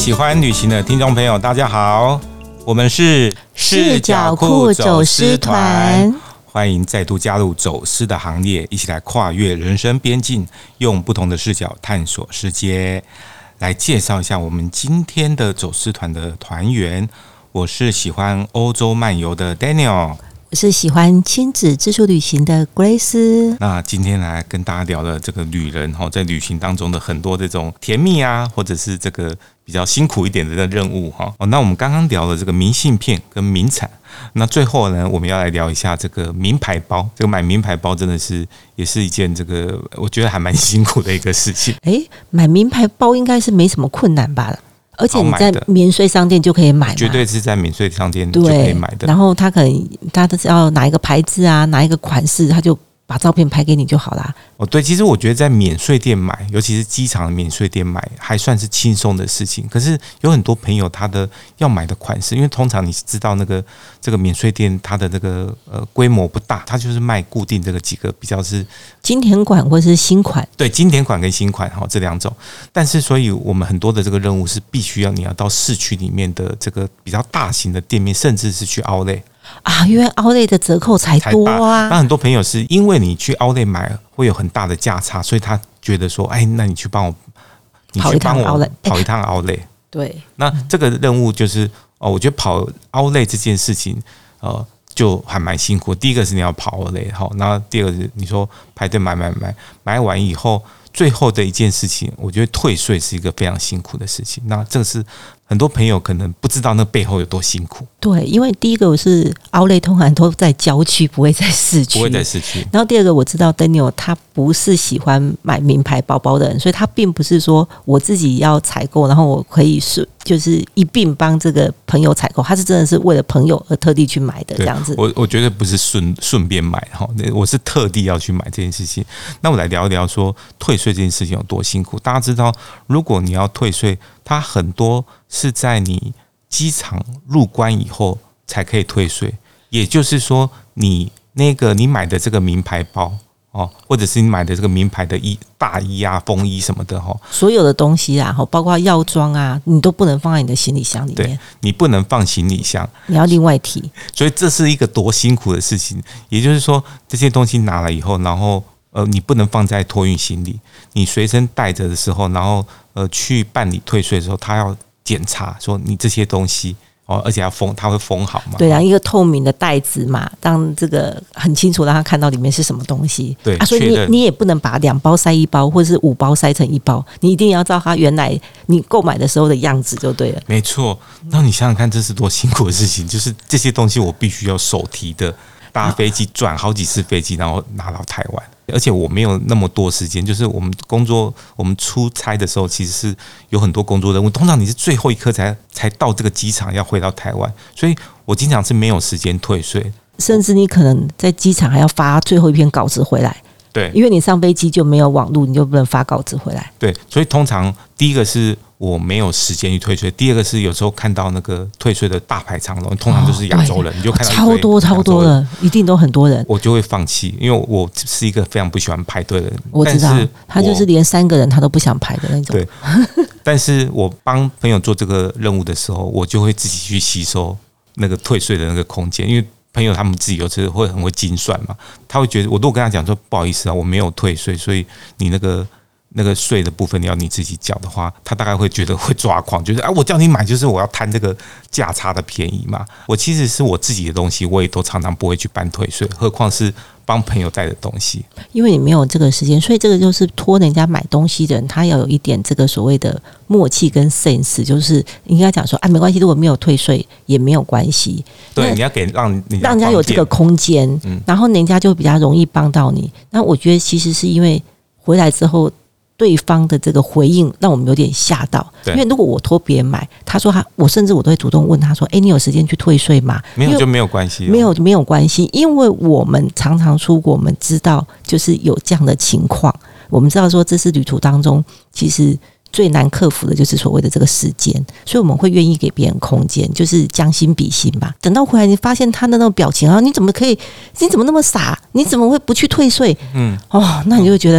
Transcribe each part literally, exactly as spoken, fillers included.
喜欢旅行的听众朋友，大家好，我们是视角酷走私团， 欢迎再度加入走私的行列，一起来跨越人生边境，用不同的视角探索世界。来介绍一下我们今天的走私团的团员，我是喜欢欧洲漫游的 Daniel， 我是喜欢亲子自助旅行的 Grace。 那今天来跟大家聊了这个旅人在旅行当中的很多这种甜蜜啊，或者是这个比较辛苦一点的任务哈。那我们刚刚聊了这个明信片跟名产，那最后呢，我们要来聊一下这个名牌包。这个买名牌包真的是也是一件这个我觉得还蛮辛苦的一个事情。 哎，买名牌包应该是没什么困难吧？而且你在免税商店就可以买嘛， 绝对是在免税商店就可以买的。 然后他可能他都是要哪一个牌子啊，哪一个款式，他就把照片拍给你就好啦。 哦，对，其实我觉得在免税店买，尤其是机场的免税店买，还算是轻松的事情。可是有很多朋友他的要买的款式，因为通常你知道那个这个免税店它的那个呃规模不大，它就是卖固定这个几个比较是经典款或是新款， 对，经典款跟新款哈这两种。但是所以我们很多的这个任务是必须要你要到市区里面的这个比较大型的店面，甚至是去 Outlet。 啊，因为 Outlet 的折扣才多啊！ 那很多朋友是因为你去 Outlet 买会有很大的价差，所以他觉得说，哎，那你去帮我，你去帮我跑一趟 Outlet。 对， 那这个任务就是哦，我觉得跑 Outlet 这件事情，呃，就还蛮辛苦。第一个是你要跑 Outlet， 好，然后第二个是你说排队买买买，买完以后，最后的一件事情，我觉得退税是一个非常辛苦的事情。那这个是很多朋友可能不知道那背后有多辛苦。 对，因为第一个我是 Outlet 通常都在郊区，不会在市区， 不会在市区。 然后第二个我知道 Daniel 他不是喜欢买名牌包包的人，所以他并不是说我自己要采购，然后我可以是就是一并帮这个朋友采购，他是真的是为了朋友而特地去买的这样子。 我我觉得不是顺顺便买哈，我是特地要去买这件事情。那我来聊一聊说退税这件事情有多辛苦。大家知道，如果你要退税，它很多是在你机场入关以后才可以退税，也就是说，你那个你买的这个名牌包哦，或者是你买的这个名牌的衣大衣啊、风衣什么的哈， 所有的东西啊，包括药妆啊，你都不能放在你的行李箱里面。 对，你不能放行李箱， 你要另外提。 所以这是一个多辛苦的事情。也就是说，这些东西拿了以后，然后呃，你不能放在托运行李，你随身带着的时候，然后呃去办理退税的时候，他要检查说你这些东西哦，而且要封，他会封好嘛？ 对啊，一个透明的袋子嘛，让这个很清楚让他看到里面是什么东西。 对啊，所以你你也不能把两包塞一包，或者是五包塞成一包，你一定要照他原来你购买的时候的样子就对了。 没错，那你想想看，这是多辛苦的事情，就是这些东西我必须要手提的。搭飞机转好几次飞机，然后拿到台湾，而且我没有那么多时间。就是我们工作，我们出差的时候，其实是有很多工作任务。通常你是最后一刻才才到这个机场，要回到台湾，所以我经常是没有时间退税， 甚至你可能在机场还要发最后一篇稿子回来。 对， 因为你上飞机就没有网路，你就不能发稿子回来。 对，所以通常第一个是我没有时间去退税，第二个是有时候看到那个退税的大排长龙，通常都是亚洲人，哦、你就看到超多超多的，一定都很多人， 我就会放弃，因为我是一个非常不喜欢排队的人。 我知道，他就是连三个人他都不想排的那种。 对，但是我帮朋友做这个任务的时候，我就会自己去吸收那个退税的那个空间，因为朋友他们自己有时候会很会精算嘛，他会觉得我如果跟他讲说不好意思啊，我没有退税，所以你那个那个税的部分你要你自己缴的话，他大概会觉得会抓狂，就是啊，我叫你买就是我要贪这个价差的便宜嘛。我其实是我自己的东西，我也都常常不会去办退税，何况是帮朋友带的东西。 因为你没有这个时间，所以这个就是托人家买东西的人，他要有一点这个所谓的默契跟 sense， 就是应该讲说啊，没关系，如果没有退税也没有关系。 对，你要给让人家让人家有这个空间，嗯，然后人家就比较容易帮到你。那我觉得其实是因为回来之后，对方的这个回应让我们有点吓到。因为如果我托别人买，他说他，我甚至我都会主动问他说：“哎、欸，你有时间去退税吗？” 没有就没有关系、哦， 没有没有关系，因为我们常常出国，我们知道就是有这样的情况，我们知道说这是旅途当中其实最难克服的就是所谓的这个时间，所以我们会愿意给别人空间，就是将心比心吧。等到回来你发现他的那种表情啊，你怎么可以，你怎么那么傻，你怎么会不去退税？嗯，哦，那你就会觉得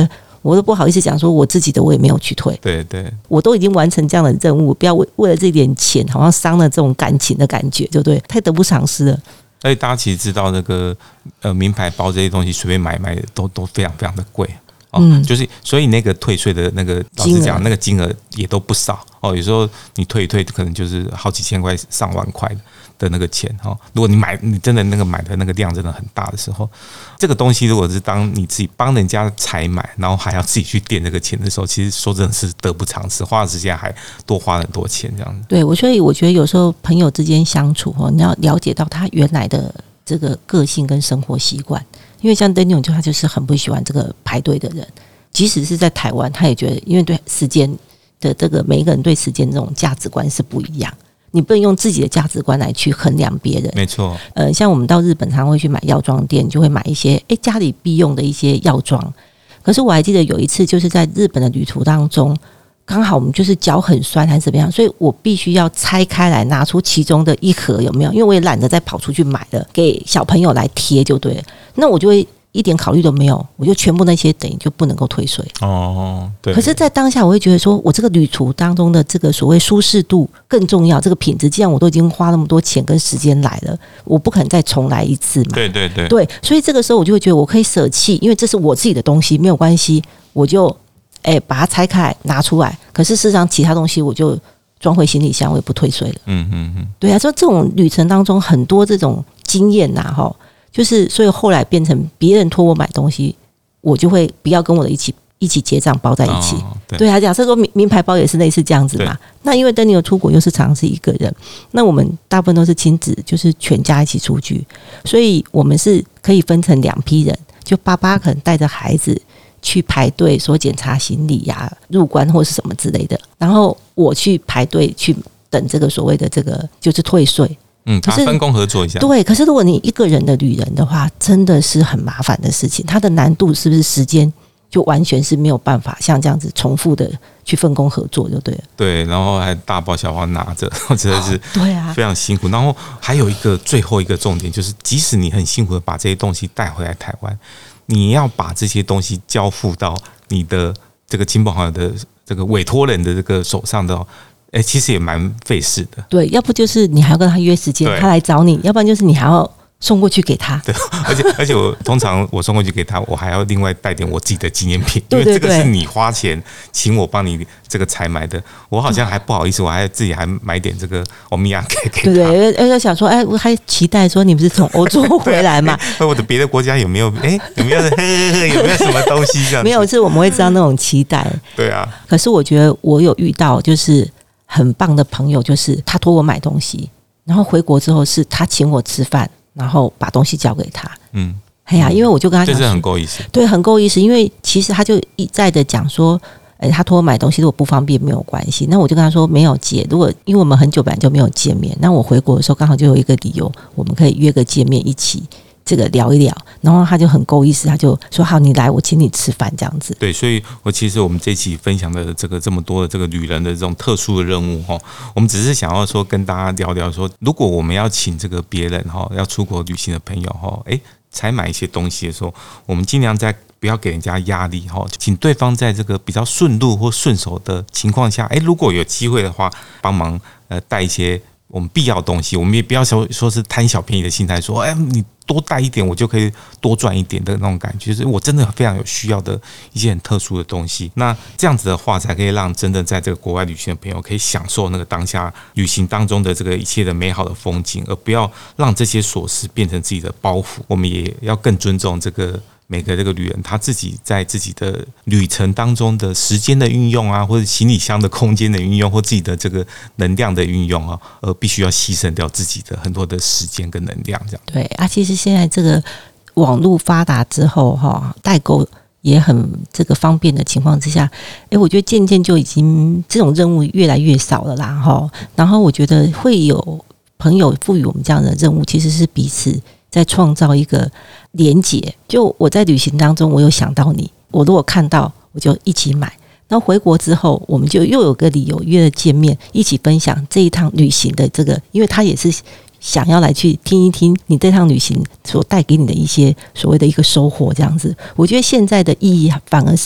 我都不好意思讲说我自己的我也没有去退， 对对， 我都已经完成这样的任务，不要为为了这点钱好像伤了这种感情的感觉，对不对？太得不偿失了。 而且大家其实知道那个呃名牌包这些东西随便买买的都都非常非常的贵。哦、嗯，就是所以那个退税的那个，老实讲，那个金额也都不少哦。有时候你退一退，可能就是好几千块、上万块的那个钱哦。如果你买，你真的那个买的那个量真的很大的时候，这个东西如果是当你自己帮人家采买，然后还要自己去垫这个钱的时候，其实说真的是得不偿失，花的时间还多花很多钱这样子。 对，我所以我觉得有时候朋友之间相处哦，你要了解到他原来的这个个性跟生活习惯，因为像Daniel就他就是很不喜欢这个排队的人。即使是在台湾，他也觉得，因为对时间的这个每一个人对时间这种价值观是不一样，你不能用自己的价值观来去衡量别人。 没错， 呃，像我们到日本常会去买药妆店，就会买一些诶家里必用的一些药妆。可是我还记得有一次，就是在日本的旅途当中，刚好我们就是脚很酸还是怎么样，所以我必须要拆开来拿出其中的一盒，有没有？因为我也懒得再跑出去买了，给小朋友来贴就对了。那我就会。一点考虑都没有，我就全部那些等于就不能够退税哦。对。 可是，在当下，我会觉得说，我这个旅途当中的这个所谓舒适度更重要，这个品质，既然我都已经花那么多钱跟时间来了，我不可能再重来一次嘛。 对对对。 对，所以这个时候我就会觉得，我可以舍弃，因为这是我自己的东西，没有关系，我就哎、欸、把它拆开来拿出来。可是事实上，其他东西我就装回行李箱，我也不退税了。嗯嗯嗯。对啊，所以这种旅程当中很多这种经验呐，哈。就是，所以后来变成别人托我买东西，我就会不要跟我的一起一起结账包在一起。哦、对, 对啊，假设说名名牌包也是类似这样子嘛。那因为Daniel出国又是常常是一个人，那我们大部分都是亲子，就是全家一起出去，所以我们是可以分成两批人，就爸爸可能带着孩子去排队说检查行李呀、啊、入关或是什么之类的，然后我去排队去等这个所谓的这个就是退税。 嗯，他分工合作一下。 对，可是如果你一个人的旅人的话，真的是很麻烦的事情。它的难度是不是时间就完全是没有办法像这样子重复的去分工合作就对了。 对，然后还大包小包拿着，真的是对啊， 非常辛苦。然后还有一个最后一个重点就是，即使你很辛苦的把这些东西带回来台湾，你要把这些东西交付到你的这个亲朋好友的这个委托人的这个手上的。哎、欸，其实也蛮费事的。 对，要不就是你还要跟他约时间，他来找你；要不然就是你还要送过去给他。 对，而且而且我通常我送过去给他，我还要另外带点我自己的纪念品，因为这个是你花钱请我帮你这个采买的，我好像还不好意思，我还自己还买点这个欧米亚给给他。 对对，而且想说，哎，我还期待说你不是从欧洲回来嘛？ 那、欸、我的别的国家有没有？哎、欸，有没有？有没有什么东西这样？ 没有，是我们会知道那种期待。 对啊。 可是我觉得我有遇到就是很棒的朋友，就是他托我买东西，然后回国之后是他请我吃饭，然后把东西交给他。嗯，哎呀，因为我就跟他讲， 这是很够意思。 对，很够意思。因为其实他就一再的讲说，哎，他托我买东西如果不方便没有关系。那我就跟他说没有姐，如果因为我们很久本来就没有见面，那我回国的时候刚好就有一个理由，我们可以约个见面一起。这个聊一聊，然后他就很够意思，他就说好，你来，我请你吃饭这样子。 对，所以我其实我们这一期分享的这个这么多的这个旅人的这种特殊的任务哈，我们只是想要说跟大家聊聊说，如果我们要请这个别人哈，要出国旅行的朋友哈，哎，采买一些东西的时候，我们尽量在不要给人家压力哈，请对方在这个比较顺路或顺手的情况下，哎，如果有机会的话，帮忙呃带一些我们必要的东西，我们也不要说说是贪小便宜的心态，说哎你多带一点，我就可以多赚一点的那种感觉，就是我真的非常有需要的一些很特殊的东西。那这样子的话，才可以让真的在这个国外旅行的朋友可以享受那个当下旅行当中的这个一切的美好的风景，而不要让这些琐事变成自己的包袱。我们也要更尊重这个。每个这个旅人他自己在自己的旅程当中的时间的运用啊，或者行李箱的空间的运用，或自己的这个能量的运用啊，而必须要牺牲掉自己的很多的时间跟能量，这样。 对啊，其实现在这个网络发达之后，哈，代购也很这个方便的情况之下，哎，我觉得渐渐就已经这种任务越来越少了啦，哈。然后我觉得会有朋友赋予我们这样的任务，其实是彼此在创造一个连结。就我在旅行当中，我有想到你，我如果看到，我就一起买。然后回国之后，我们就又有个理由约了见面，一起分享这一趟旅行的这个，因为他也是想要来去听一听你这趟旅行所带给你的一些所谓的一个收获，这样子。我觉得现在的意义反而是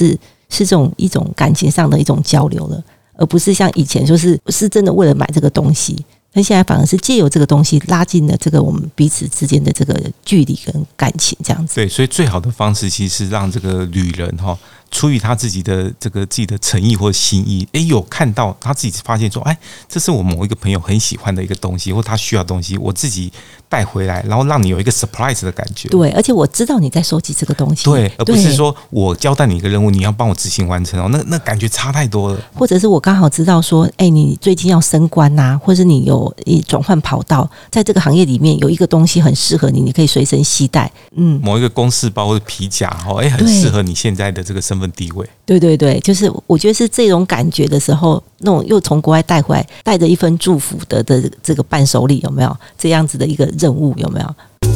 是这种一种感情上的一种交流了，而不是像以前就是是真的为了买这个东西。但现在反而是借由这个东西拉近了这个我们彼此之间的这个距离跟感情，这样子。 对，所以最好的方式其实是让这个旅人哈，出于他自己的这个自己的诚意或心意，哎，有看到他自己发现说，哎，这是我某一个朋友很喜欢的一个东西，或他需要的东西，我自己带回来，然后让你有一个 surprise 的感觉。 对，而且我知道你在收集这个东西， 对，而不是说我交代你一个任务，你要帮我执行完成哦，那那感觉差太多了。 或者是我刚好知道说，哎，你最近要升官呐、啊，或者是你有转换跑道，在这个行业里面有一个东西很适合你，你可以随身携带。嗯， 某一个公事包或者皮夹哦，哎，很适合你现在的这个身份地位。 对对对，就是我觉得是这种感觉的时候，那种又从国外带回来，带着一份祝福的的这个伴手礼，有没有这样子的一个任务？有没有？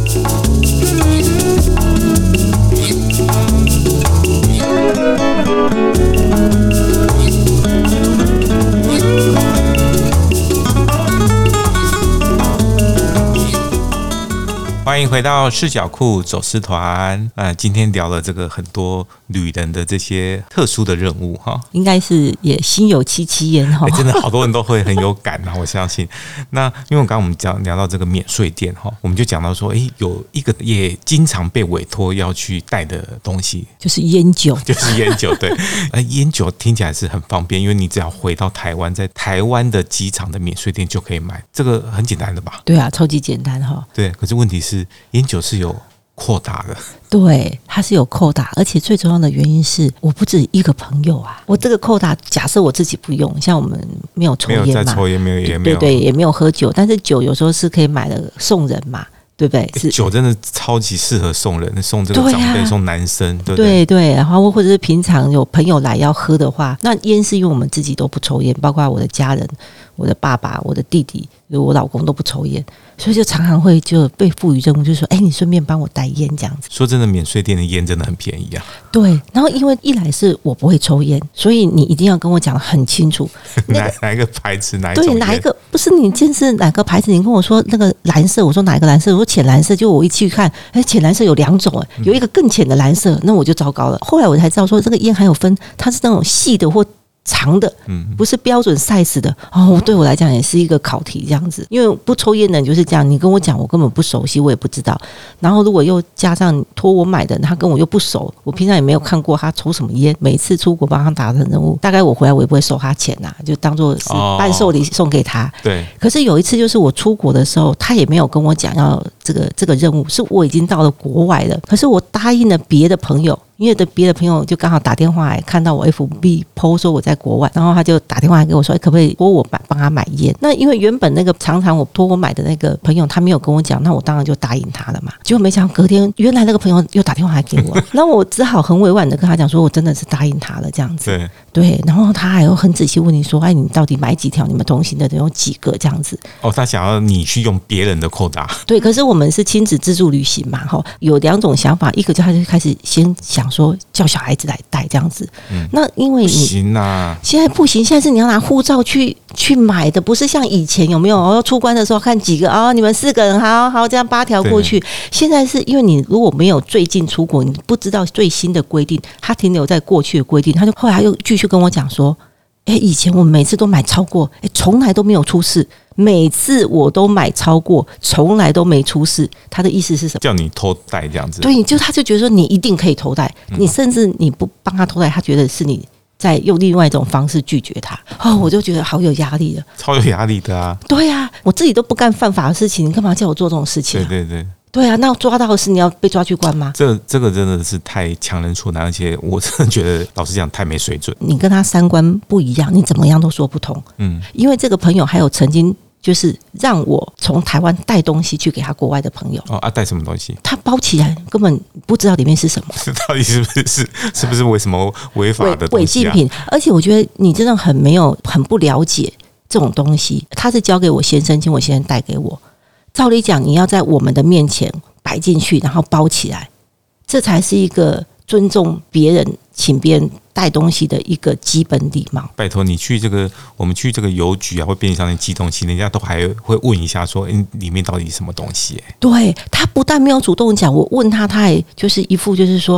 欢迎回到视角库走私团。呃，今天聊了这个很多旅人的这些特殊的任务哈， 应该是也心有戚戚焉哈、 欸。真的好多人都会很有感啊，我相信。那因为刚刚我们讲聊到这个免税店哈，我们就讲到说，哎、欸，有一个也经常被委托要去带的东西， 就是烟酒， 就是烟酒。对，呃，烟酒听起来是很方便，因为你只要回到台湾，在台湾的机场的免税店就可以买，这个很简单的吧？ 对啊，超级简单哈。 对，可是问题是。烟酒是有扩大的， 对，它是有扣打，而且最重要的原因是，我不止一个朋友啊。我这个扣打，假设我自己不用，像我们没有抽烟嘛， 没有在抽烟，没有也没有， 对对，也没有喝酒，但是酒有时候是可以买了送人嘛，对不对？是酒真的超级适合送人，送这个长辈、啊、送男生，对不对？ 对对，然后或者是平常有朋友来要喝的话，那烟是因为我们自己都不抽烟，包括我的家人、我的爸爸、我的弟弟、我老公都不抽烟。所以就常常会就被赋予任务，就是说，哎、欸，你顺便帮我带烟这样子。 说真的，免税店的烟真的很便宜啊。 对，然后因为一来是我不会抽烟，所以你一定要跟我讲很清楚， 那个、哪哪一个牌子，哪一种对哪一个不是你见是哪个牌子？你跟我说那个蓝色，我说哪一个蓝色？我说浅蓝色，就我一去看，哎、欸，浅蓝色有两种，哎，有一个更浅的蓝色，那我就糟糕了。后来我才知道说，这个烟还有分，它是那种细的或长的，不是标准 size 的哦。对我来讲也是一个考题这样子，因为不抽烟的人就是这样，你跟我讲我根本不熟悉，我也不知道。然后如果又加上托我买的，他跟我又不熟，我平常也没有看过他抽什么烟。每次出国帮他达成任务，大概我回来我也不会收他钱呐、啊，就当做是伴手礼送给他。 对。 可是有一次就是我出国的时候，他也没有跟我讲要这个这个任务，是我已经到了国外了，可是我答应了别的朋友。因为的别的朋友就刚好打电话来看到我 F B P O 说我在国外，然后他就打电话来给我说，欸、可不可以托我买帮他买烟？那因为原本那个常常我托我买的那个朋友他没有跟我讲，那我当然就答应他了嘛。结果没想到隔天原来那个朋友又打电话来给我，然后我只好很委婉的跟他讲说，我真的是答应他了这样子。 对对，然后他还有很仔细问你说，哎，你到底买几条？你们同行的人有几个这样子？ 哦，他想要你去用别人的扣打。 对，可是我们是亲子自助旅行嘛，哈，有两种想法，一个就他就开始先想说叫小孩子来带这样子，嗯、那因为你行啊， 现在不行，现在是你要拿护照去去买的，不是像以前有没有？哦，出关的时候看几个哦，你们四个人，好好这样八条过去。现在是因为你如果没有最近出国，你不知道最新的规定，他停留在过去的规定，他就后来又继续跟我讲说，哎，以前我们每次都买超过，哎，从来都没有出事。每次我都买超过，从来都没出事。他的意思是什么？ 叫你偷带这样子。 对，就他就觉得说你一定可以偷带，嗯、你甚至你不帮他偷带，他觉得是你在用另外一种方式拒绝他。哦，我就觉得好有压力了， 超有压力的啊！ 对啊，我自己都不干犯法的事情，你干嘛叫我做这种事情、啊？ 对对对。 对啊，那抓到的是你要被抓去关吗？ 这这个真的是太强人所难，而且我真的觉得老实讲太没水准。 你跟他三观不一样，你怎么样都说不通。嗯，因为这个朋友还有曾经就是让我从台湾带东西去给他国外的朋友。 哦啊，带什么东西？ 他包起来根本不知道里面是什么。 到底是不是是是不是为什么违法的东西啊？ 违禁品，而且我觉得你真的很没有很不了解这种东西。他是交给我先生，请我先生带给我。照理讲，你要在我们的面前摆进去，然后包起来，这才是一个尊重别人、请别人带东西的一个基本礼貌。 拜托你去这个，我们去这个邮局啊，或便利商店寄东西，人家都还会问一下说，欸、里面到底什么东西、欸？ 对，他不但没有主动讲，我问他，他也就是一副就是说。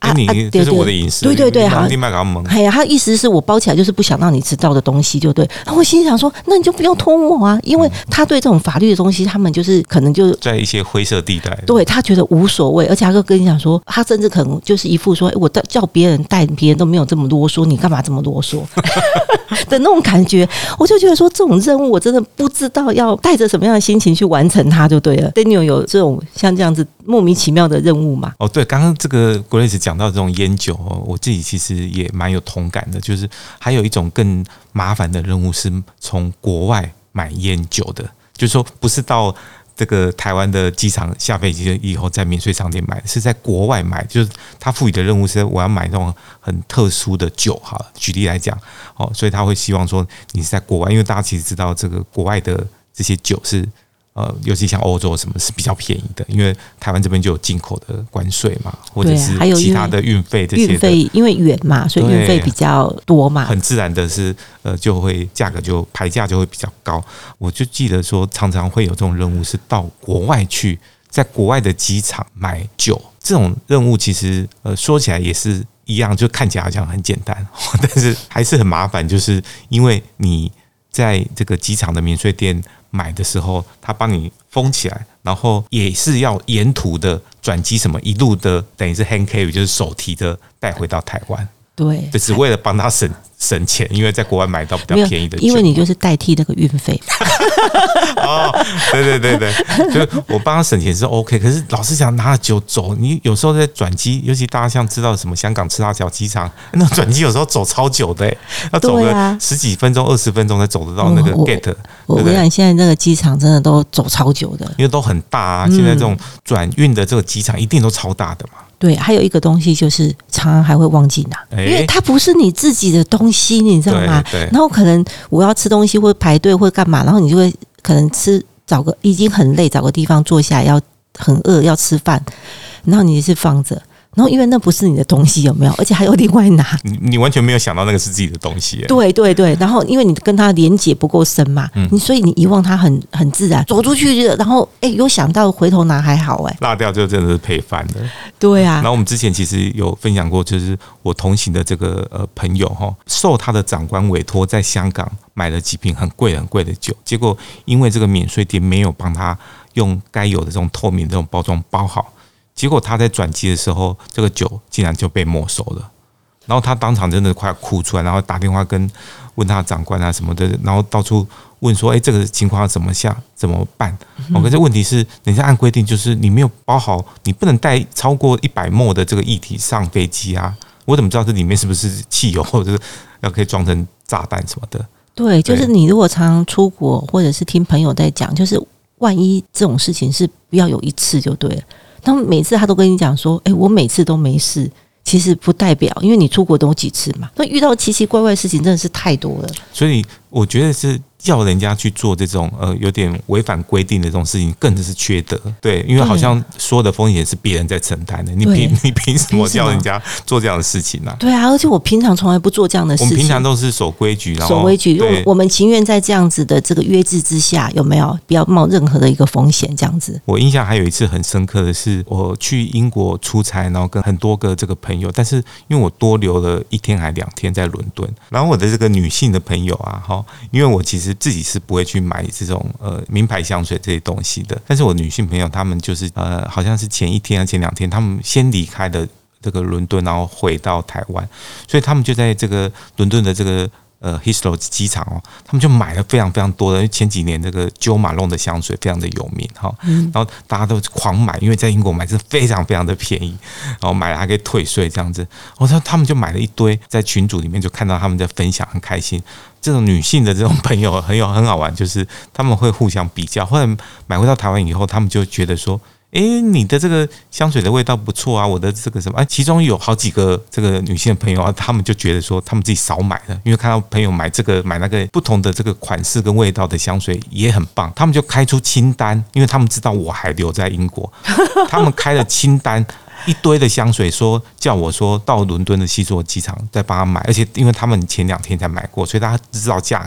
哎、欸，你这是我的隐私， 对对对，好， 立马给他蒙。 哎呀，他意思是我包起来就是不想让你知道的东西，就对。然后我心想说，那你就不用托我啊，因为他对这种法律的东西，他们就是可能就在一些灰色地带， 对他觉得无所谓，而且他就跟你讲说，他甚至可能就是一副说，欸、我叫别人带，别人都没有这么啰嗦，你干嘛这么啰嗦的那种感觉。我就觉得说，这种任务我真的不知道要带着什么样的心情去完成它，就对了。Daniel 有这种像这样子莫名其妙的任务吗？ 哦，对，刚刚这个 Grace 讲到这种烟酒哦，我自己其实也蛮有同感的，就是还有一种更麻烦的任务是从国外买烟酒的，就是说不是到这个台湾的机场下飞机以后在免税商店买，是在国外买，就是他赋予的任务是我要买那种很特殊的酒，好了，举例来讲，哦，所以他会希望说你是在国外，因为大家其实知道这个国外的这些酒是。呃，尤其像欧洲什么是比较便宜的，因为台湾这边就有进口的关税嘛，或者是其他的运费这些的。 运费因为远嘛，所以运费比较多嘛， 很自然的是，呃，就会价格就牌价就会比较高。我就记得说，常常会有这种任务是到国外去，在国外的机场买酒，这种任务其实呃说起来也是一样，就看起来好像很简单，但是还是很麻烦，就是因为你在这个机场的免税店买的时候，他帮你封起来，然后也是要沿途的转机什么一路的，等于是 hand carry， 就是手提的带回到台湾。 对， 只为了帮他省省钱，因为在国外买到比较便宜的酒， 因为你就是代替那个运费。 哦，对对对对，就我帮他省钱是 OK， 可是老是想拿着酒走，你有时候在转机，尤其大家像知道什么香港赤塔桥机场，那转机有时候走超久的，要走个十几分钟、二十分钟才走得到那个 gate。 我跟你讲，现在这个机场真的都走超久的， 因为都很大啊。现在这种转运的这个机场一定都超大的嘛。 对，还有一个东西就是常常还会忘记拿，因为它不是你自己的东西，你知道吗？然后可能我要吃东西或排队或干嘛，然后你就会可能吃找个已经很累，找个地方坐下来，要很饿要吃饭，然后你是放着。然后因为那不是你的东西，有没有？而且还有另外拿， 你你完全没有想到那个是自己的东西。 对对对，然后因为你跟他连结不够深嘛，嗯、你所以你遗忘它很很自然，走出去然后哎有想到回头拿还好哎， 落掉就真的是赔翻了。 对啊。 然后我们之前其实有分享过，就是我同行的这个呃朋友哈，受他的长官委托在香港买了几瓶很贵很贵的酒，结果因为这个免税店没有帮他用该有的这种透明的这种包装包好。结果他在转机的时候，这个酒竟然就被没收了，然后他当场真的快哭出来，然后打电话跟问他长官啊什么的，然后到处问说：“哎、欸，这个情况怎么下怎么办？”哦，可是问题是，人家按规定就是你没有包好，你不能带超过一百 ml 的这个液体上飞机啊！我怎么知道这里面是不是汽油，或者是要可以装成炸弹什么的？ 对，就是你如果常常出国，或者是听朋友在讲，就是万一这种事情是不要有一次就对了。他们每次他都跟你讲说：“哎、欸，我每次都没事。”其实不代表，因为你出国都有几次嘛，那遇到奇奇怪怪的事情真的是太多了。 所以我觉得是叫人家去做这种呃有点违反规定的这种事情，更是缺德。对，因为好像所有的风险是别人在承担的，你凭你凭什么叫人家做这样的事情呢、啊？ 对啊，而且我平常从来不做这样的事情。 我们平常都是守规矩，然后守规矩，我们情愿在这样子的这个约制之下，有没有不要冒任何的一个风险？这样子。 我印象还有一次很深刻的是，我去英国出差，然后跟很多个这个朋友，但是因为我多留了一天还两天在伦敦，然后我的这个女性的朋友啊，哈，因为我其实自己是不会去买这种呃名牌香水这些东西的，但是我女性朋友她们就是呃好像是前一天啊前两天，她们先离开了这个伦敦，然后回到台湾，所以他们就在这个伦敦的这个呃 Heathrow 机场哦，他们就买了非常非常多的，因为前几年这个 Jo Malone 的香水非常的有名哈，然后大家都狂买，因为在英国买是非常非常的便宜，然后买了还可以退税这样子，我说他们就买了一堆，在群组里面就看到他们在分享，很开心。这种女性的这种朋友很有很好玩，就是他们会互相比较，后来买回到台湾以后，他们就觉得说，哎、欸，你的这个香水的味道不错啊，我的这个什么，哎，其中有好几个这个女性的朋友啊，他们就觉得说，他们自己少买了，因为看到朋友买这个买那个不同的这个款式跟味道的香水也很棒，他们就开出清单，因为他们知道我还留在英国，他们开了清单。一堆的香水，说叫我说到伦敦的希斯罗机场再帮他买，而且因为他们前两天才买过，所以他知道价格，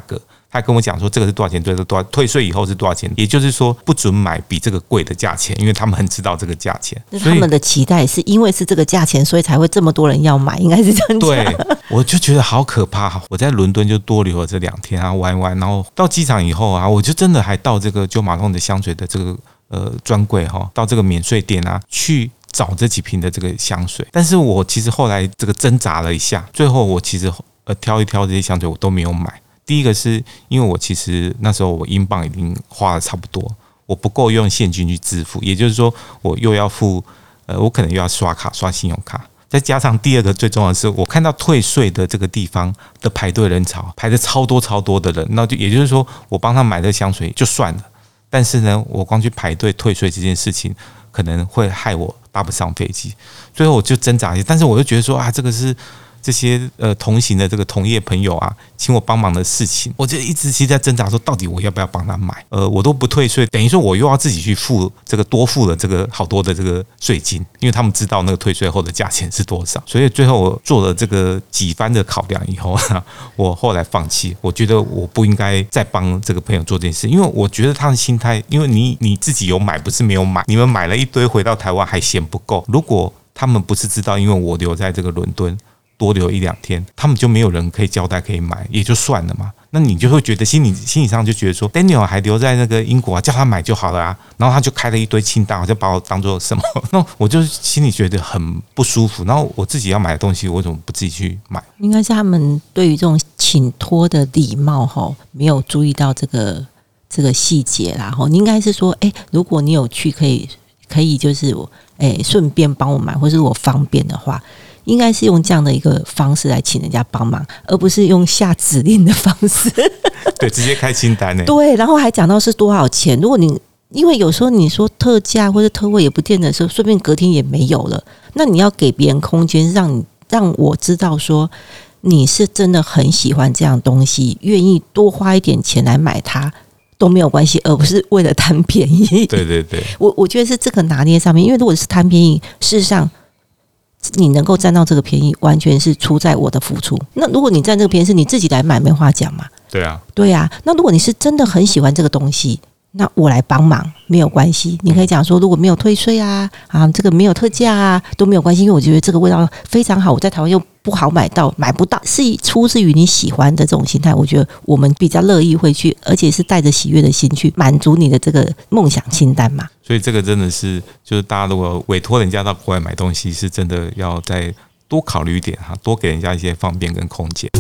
他跟我讲说这个是多少钱，这个多少，退税以后是多少钱，也就是说不准买比这个贵的价钱，因为他们很知道这个价钱。 他们的期待是因为是这个价钱，所以才会这么多人要买，应该是这样讲。 对，我就觉得好可怕。我在伦敦就多留了这两天啊，玩一玩，然后到机场以后啊，我就真的还到这个Jo Malone的香水的这个呃专柜哈，到这个免税店啊去找这几瓶的这个香水。但是我其实后来这个挣扎了一下，最后我其实呃挑一挑这些香水我都没有买。第一个是因为我其实那时候我英镑已经花了差不多，我不够用现金去支付，也就是说我又要付呃，我可能又要刷卡刷信用卡。再加上第二个最重要的是，我看到退税的这个地方的排队人潮，排的超多超多的人，那就也就是说，我帮他买这个香水就算了，但是呢，我光去排队退税这件事情，可能会害我搭不上飞机。最后我就挣扎一下，但是我就觉得说啊，这个是这些呃同行的这个同业朋友啊，请我帮忙的事情，我就一直其实在挣扎说，到底我要不要帮他买？呃，我都不退税，等于说我又要自己去付这个多付了这个好多的这个税金，因为他们知道那个退税后的价钱是多少，所以最后我做了这个几番的考量以后，我后来放弃，我觉得我不应该再帮这个朋友做这件事，因为我觉得他的心态，因为你你自己有买，不是没有买，你们买了一堆回到台湾还嫌不够，如果他们不是知道，因为我留在这个伦敦多留一两天，他们就没有人可以交代可以买，也就算了嘛。那你就会觉得心理心理上就觉得说 ，Daniel 还留在那个英国啊，叫他买就好了啊。然后他就开了一堆清单，就把我当做什么？那我就心里觉得很不舒服。然后我自己要买的东西，我怎么不自己去买？ 应该是他们对于这种请托的礼貌哈，没有注意到这个这个细节啦。哈，应该是说，哎、欸，如果你有去，可以可以就是哎顺便帮我买，或是我方便的话。应该是用这样的一个方式来请人家帮忙，而不是用下指令的方式。 对，直接开清单呢。 对，然后还讲到是多少钱。如果你因为有时候你说特价或者特惠也不见得说，说不定隔天也没有了。那你要给别人空间，让你让我知道说你是真的很喜欢这样东西，愿意多花一点钱来买它都没有关系，而不是为了贪便宜。 对对对， 我我觉得是这个拿捏上面，因为如果是贪便宜，事实上。你能够占到这个便宜，完全是出在我的付出。那如果你占这个便宜是你自己来买，没话讲嘛？ 对啊， 对啊。那如果你是真的很喜欢这个东西，那我来帮忙没有关系。你可以讲说，如果没有退税啊，啊，这个没有特价啊，都没有关系，因为我觉得这个味道非常好，我在台湾又不好买到，买不到，是出自于你喜欢的这种心态。我觉得我们比较乐意会去，而且是带着喜悦的心去满足你的这个梦想清单嘛。 所以这个真的是，就是大家如果委托人家到国外买东西，是真的要再多考虑一点哈，多给人家一些方便跟空间。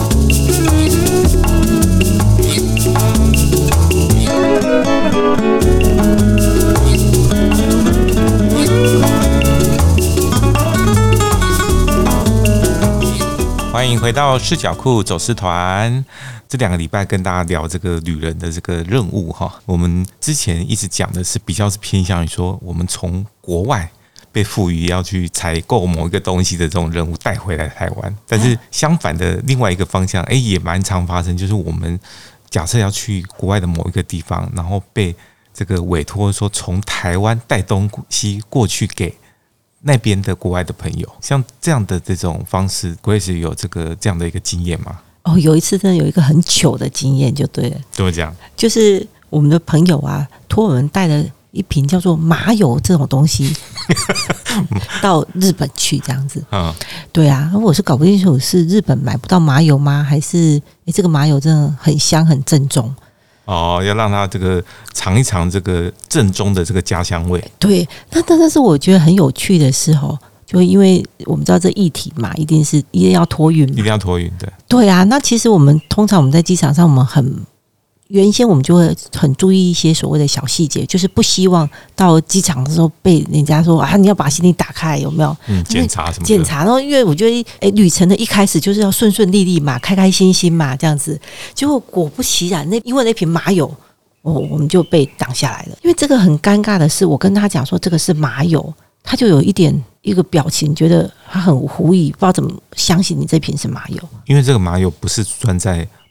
欢迎回到视角库走私团。这两个礼拜跟大家聊这个旅人的这个任务哈，我们之前一直讲的是比较是偏向于说，我们从国外被赋予要去采购某一个东西的这种任务带回来台湾，但是相反的另外一个方向，哎，也蛮常发生，就是我们假设要去国外的某一个地方，然后被这个委托说从台湾带东西过去给那边的国外的朋友，像这样的这种方式，Grace有这个这样的一个经验吗？ 哦，有一次真的有一个很糗的经验，就对了。 怎么讲？ 就是我们的朋友啊，托我们带了一瓶叫做麻油这种东西到日本去，这样子。嗯，对啊，我是搞不清楚是日本买不到麻油吗，还是诶这个麻油真的很香很正宗。 哦，要让他这个尝一尝这个正宗的这个家乡味。 对，那但是我觉得很有趣的是哦，就因为我们知道这议题嘛，一定是一定要托运嘛， 一定要托运，对。 对啊，那其实我们通常我们在机场上，我们很原先我们就会很注意一些所谓的小细节，就是不希望到机场的时候被人家说啊，你要把行李打开，有没有？ 嗯，检查什么？ 检查。然后因为我觉得，哎，旅程的一开始就是要顺顺利利嘛，开开心心嘛，这样子。结果果不其然，那因为那瓶麻油。哦，我们就被挡下来了。因为这个很尴尬的是，我跟他讲说这个是麻油，他就有一点一个表情，觉得他很狐疑，不知道怎么相信你这瓶是麻油。 因为这个麻油不是专在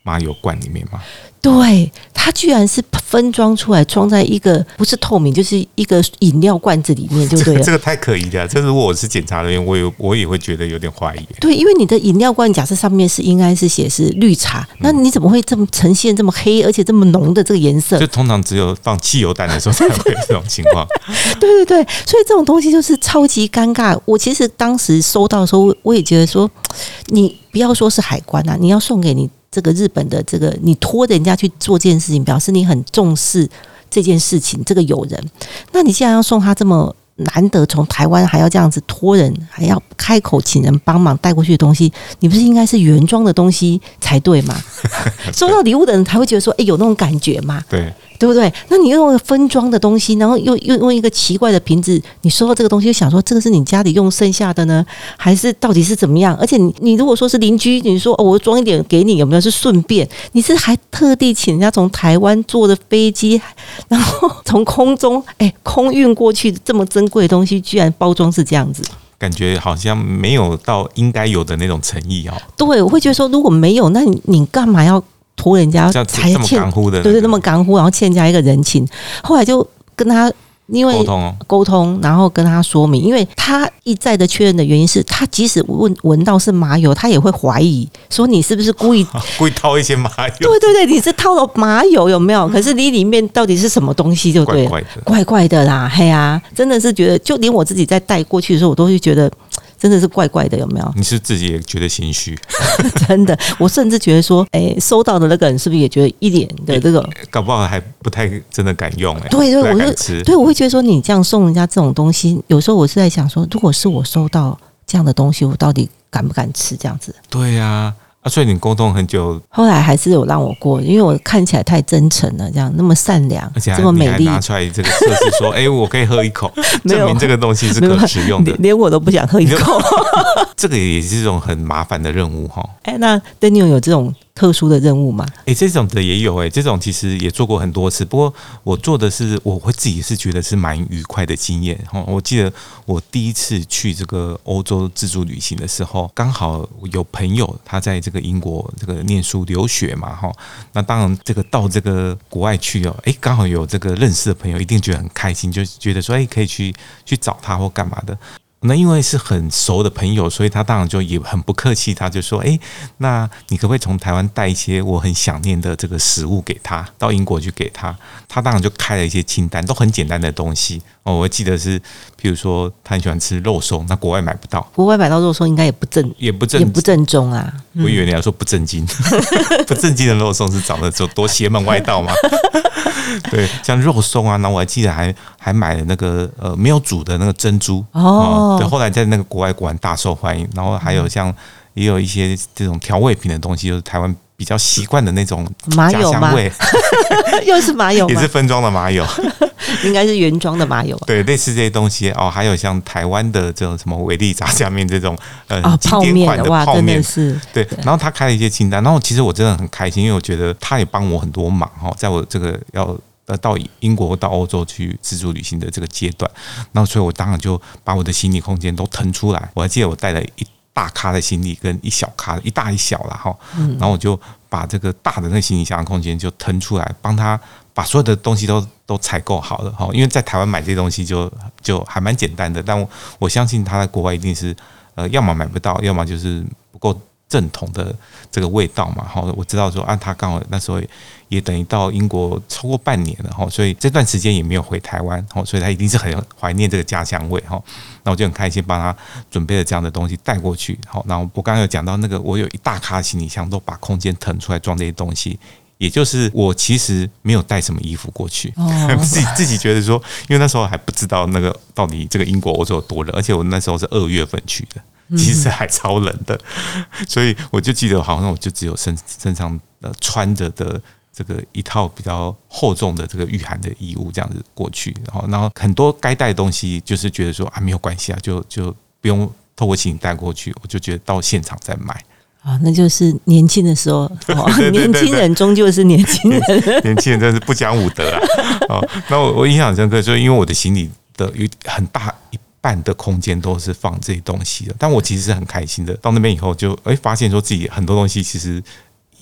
麻油罐里面吗？ 对，它居然是分装出来，装在一个不是透明，就是一个饮料罐子里面，就对了。 这个太可疑了。这如果我是检察人员，我也我也会觉得有点怀疑。 对，因为你的饮料罐假设上面是应该是写是绿茶，那你怎么会这么呈现这么黑，而且这么浓的这个颜色？ 就通常只有放汽油弹的时候才会有这种情况。 对对对，所以这种东西就是超级尴尬。我其实当时收到的时候，我也觉得说，你不要说是海关啊，你要送给你这个日本的这个，你托人家去做这件事情，表示你很重视这件事情，这个友人。那你既然要送他这么难得从台湾还要这样子托人，还要开口请人帮忙带过去的东西，你不是应该是原装的东西才对吗？收到礼物的人才会觉得说，哎、欸，有那种感觉嘛？ 对。 对不对？那你用分装的东西，然后又又用一个奇怪的瓶子，你收到这个东西，就想说这个是你家里用剩下的呢，还是到底是怎么样？而且你你如果说是邻居，你说哦，我装一点给你，有没有是顺便？你是还特地请人家从台湾坐的飞机，然后从空中哎空运过去这么珍贵的东西，居然包装是这样子。 感觉好像没有到应该有的那种诚意哦。 对，我会觉得说，如果没有，那你你干嘛要托人家才欠？对对，那么干乎，然后欠人家一个人情。后来就跟他因为沟通、哦、沟通，然后跟他说明，因为他一再的确认的原因是，他即使闻闻到是麻油，他也会怀疑说你是不是故意故意掏一些麻油？ 对对对，你是掏了麻油有没有？可是你里面到底是什么东西？就对了，怪怪的，怪怪的啦，嘿啊，真的是觉得，就连我自己在带过去的时候，我都会觉得。真的是怪怪的，有没有？ 你是自己也觉得心虚？ 真的，我甚至觉得说，哎、欸，收到的那个人是不是也觉得一脸的这个， 欸、搞不好还不太真的敢用、欸？哎， 对对，我就对我会觉得说，你这样送人家这种东西，有时候我是在想说，如果是我收到这样的东西，我到底敢不敢吃？这样子？ 对呀、啊。啊，所以你沟通很久， 后来还是有让我过，因为我看起来太真诚了，这样那么善良， 而且这么美丽， 拿出来这个测试说，哎、欸，我可以喝一口，证明这个东西是可食用的， 连, 连我都不想喝一口。 这个也是一种很麻烦的任务哈。 哎、欸，那 Daniel 有这种特殊的任务吗？ 哎、欸，这种的也有哎、欸，这种其实也做过很多次，不过我做的是我会自己是觉得是蛮愉快的经验哈。我记得我第一次去这个欧洲自助旅行的时候，刚好有朋友他在这个英国这个念书留学嘛哈，那当然这个到这个国外去哦，哎，刚好有这个认识的朋友，一定觉得很开心，就觉得说哎可以去去找他或干嘛的。那因为是很熟的朋友，所以他当然就也很不客气，他就说：“哎，那你可不可以从台湾带一些我很想念的这个食物给他，到英国去给他？”他当然就开了一些清单，都很简单的东西哦。我记得是，比如说他很喜欢吃肉松，那国外买不到， 国外买到肉松应该也不正， 也不正， 也不正宗啊。 嗯、我以为你要说不正经，不正经的肉松是长得有多邪门歪道吗？对，像肉松啊，然后我还记得还还买了那个呃没有煮的那个珍珠哦、嗯，对，后来在那个国外果然大受欢迎。然后还有像也有一些这种调味品的东西，就是台湾比较习惯的那种家乡味， 又是麻油吗， 也是分装的麻油， 应该是原装的麻油吧？ 对，类似这些东西哦，还有像台湾的这种什么维力炸酱面这种呃、 哦、 经典款的泡面， 真的是对, 对。然后他开了一些清单，然后其实我真的很开心，因为我觉得他也帮我很多忙哈，在我这个要。呃，到英国到欧洲去自助旅行的这个阶段，然后所以我当然就把我的行李空间都腾出来。我还记得我带了一大咖的行李跟一小咖，一大一小啦哈。然后我就把这个大的那个行李箱的空间就腾出来，帮他把所有的东西都都采购好了哈。因为在台湾买这些东西就就还蛮简单的，但我我相信他在国外一定是呃，要么买不到，要么就是不够正统的这个味道嘛。哈，我知道说啊，他刚好那时候也等于到英国超过半年了哈，所以这段时间也没有回台湾，所以他一定是很怀念这个家乡味哈。那我就很开心帮他准备了这样的东西带过去。好，然后我刚刚有讲到那个，我有一大咖行李箱，都把空间腾出来装这些东西。也就是我其实没有带什么衣服过去，哦、自己自己觉得说，因为那时候还不知道那个到底这个英国欧洲有多冷，而且我那时候是二月份去的。其实还超冷的，所以我就记得好像我就只有身身上呃穿着的这个一套比较厚重的这个御寒的衣物这样子过去，然后然后很多该带的东西就是觉得说啊没有关系啊，就就不用透过行李带过去，我就觉得到现场再买。 啊，那就是年轻的时候，哦、年轻人终究是年轻人， 年轻人真是不讲武德啊！哦，那我我印象很深刻，就是因为我的行李的有很大一半的空间都是放这些东西的，但我其实是很开心的。到那边以后就，就、欸、哎发现说自己很多东西其实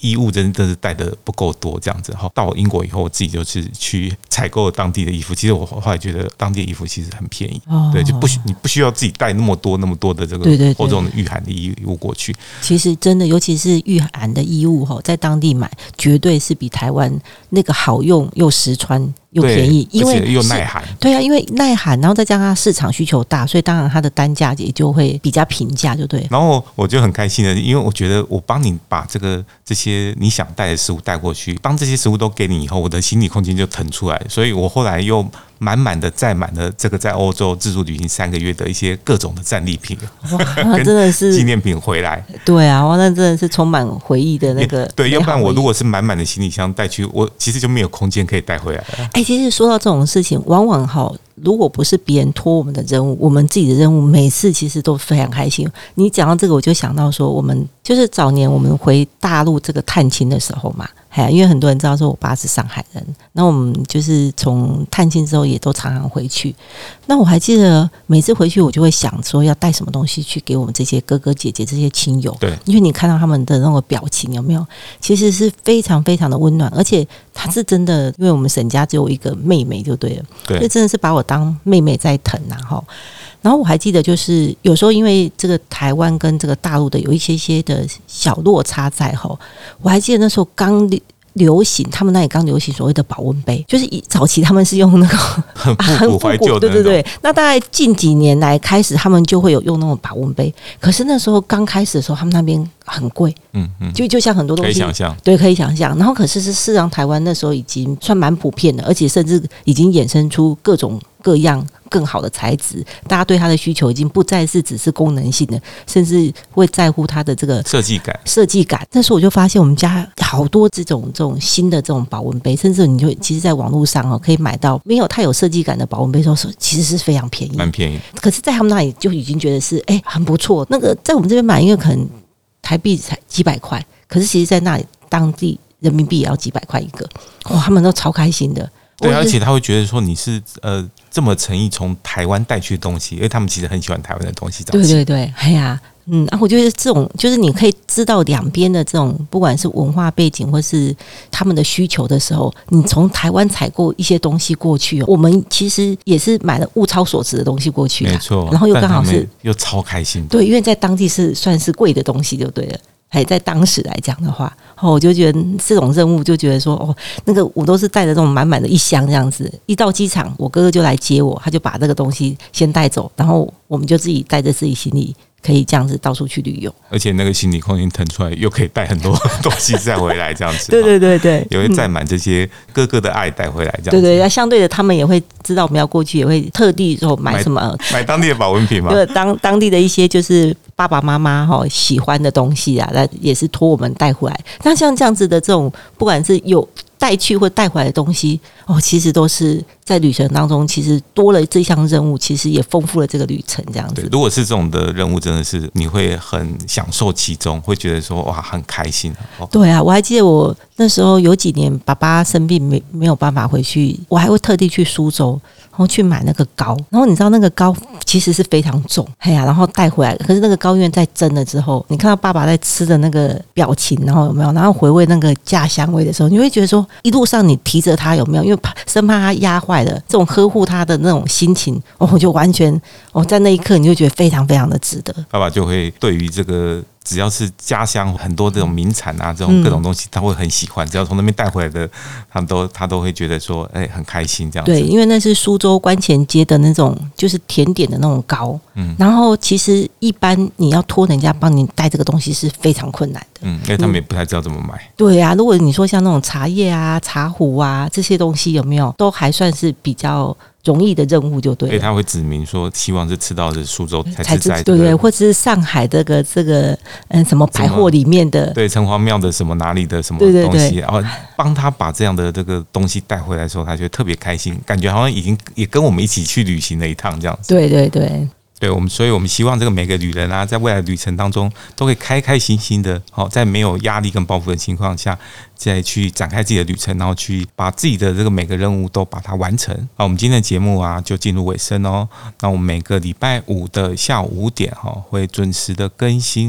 衣物真的是带的不够多这样子。到英国以后，我自己就是去采购了当地的衣服。其实我后来觉得当地的衣服其实很便宜，哦、对，就不需你不需要自己带那么多那么多的这个欧洲的御寒的衣物过去。 其实真的，尤其是御寒的衣物在当地买，绝对是比台湾那个好用又实穿又便宜，因为又耐寒。 对啊，因为耐寒，然后再加上它市场需求大，所以当然它的单价也就会比较平价，就对。 然后我就很开心的，因为我觉得我帮你把这个这些你想带的食物带过去，当这些食物都给你以后，我的行李空间就腾出来，所以我后来又满满的载满了这个在欧洲自助旅行三个月的一些各种的战利品， 哇，真的是纪念品回来。 对啊，哇，那真的是充满回忆的那个。 对，要不然我如果是满满的行李箱带去，我其实就没有空间可以带回来了。 哎、欸，其实说到这种事情，往往哈，如果不是别人托我们的任务，我们自己的任务，每次其实都非常开心。你讲到这个，我就想到说，我们就是早年我们回大陆这个探亲的时候嘛。因为很多人知道说我爸是上海人，那我们就是从探亲之后也都常常回去。那我还记得每次回去我就会想说要带什么东西去给我们这些哥哥姐姐这些亲友， 对， 因为你看到他们的那个表情有没有，其实是非常非常的温暖，而且他是真的，因为我们沈家只有一个妹妹就对了， 对， 所以真的是把我当妹妹在疼啊齁。然后我还记得，就是有时候因为这个台湾跟这个大陆的有一些些的小落差在后，我还记得那时候刚流行，他们那里刚流行所谓的保温杯，就是早期他们是用那个很复古怀旧的， 对对对。那大概近几年来开始，他们就会有用那种保温杯，可是那时候刚开始的时候，他们那边很贵， 嗯嗯， 就就像很多东西可以想象， 对，可以想象。然后可是是事实上台湾那时候已经算蛮普遍的，而且甚至已经衍生出各种各样更好的材质，大家对它的需求已经不再是只是功能性的，甚至会在乎它的这个设计感。 设计感。那时候我就发现我们家好多这种这种新的这种保温杯，甚至你就其实在网络上哦可以买到没有太有设计感的保温杯的时候，其实是非常便宜， 蛮便宜。 可是，在他们那里就已经觉得是哎、欸、很不错。那个在我们这边买，因为可能台币才几百块，可是其实在那里当地人民币也要几百块一个，哇，他们都超开心的。 对，而且他会觉得说你是呃这么诚意从台湾带去的东西，因为他们其实很喜欢台湾的东西。 对对对，哎呀，嗯啊，我觉得这种就是你可以知道两边的这种不管是文化背景或是他们的需求的时候，你从台湾采购一些东西过去，我们其实也是买了物超所值的东西过去， 没错， 然后又刚好是又超开心的， 对，因为在当地是算是贵的东西，就对了。还在当时来讲的话，哦，我就觉得这种任务就觉得说，哦，那个我都是带着这种满满的一箱这样子，一到机场，我哥哥就来接我，他就把这个东西先带走，然后我们就自己带着自己行李，可以这样子到处去旅游， 而且那个行李空间腾出来，又可以带很多东西再回来，这样子。 对对对对， 也会载满这些哥哥的爱带回来，这样子。 对对，那相对的，他们也会知道我们要过去，也会特地说买什么， 买, 买当地的保温瓶嘛， 对，当当地的一些就是爸爸妈妈哈喜欢的东西啊，那也是托我们带回来。那像这样子的这种，不管是有带去或带回来的东西，哦，其实都是在旅程当中，其实多了这项任务，其实也丰富了这个旅程。这样子， 对，如果是这种的任务，真的是你会很享受其中，会觉得说哇，很开心、哦、 对啊，我还记得我那时候有几年爸爸生病没没有办法回去，我还会特地去苏州。然后去买那个糕，然后你知道那个糕其实是非常重，哎呀，然后带回来。可是那个糕因为在蒸了之后，你看到爸爸在吃的那个表情，然后有没有？然后回味那个家乡味的时候，你会觉得说，一路上你提着它有没有？因为怕生怕它压坏了，这种呵护它的那种心情，哦，我就完全哦，在那一刻你就觉得非常非常的值得。 爸爸就会对于这个。只要是家乡很多这种名产啊，这种各种东西，他会很喜欢。只要从那边带回来的，他都他都会觉得说，哎、欸，很开心这样子。 对，因为那是苏州关前街的那种，就是甜点的那种糕。嗯，然后其实一般你要托人家帮你带这个东西是非常困难的。 嗯，因为他们也不太知道怎么买。嗯、 对啊，如果你说像那种茶叶啊、茶壶啊这些东西，有没有都还算是比较。容易的任务就对了， 所以他会指明说，希望是吃到的苏州才是在、这个、对对，或者是上海这个这个嗯什么百货里面的， 对城隍庙的什么哪里的什么东西，然后帮他把这样的这个东西带回来的时候，他觉得特别开心，感觉好像已经也跟我们一起去旅行了一趟这样子。 对对对。 对我们，所以我们希望这个每个旅人啊，在未来的旅程当中，都可以开开心心的，好，在没有压力跟包袱的情况下，再去展开自己的旅程，然后去把自己的这个每个任务都把它完成。好，我们今天的节目啊，就进入尾声哦。那我们每个礼拜五的下午五点哈，会准时的更新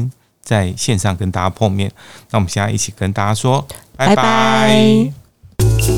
在线上跟大家碰面。那我们现在一起跟大家说，拜拜拜。 拜。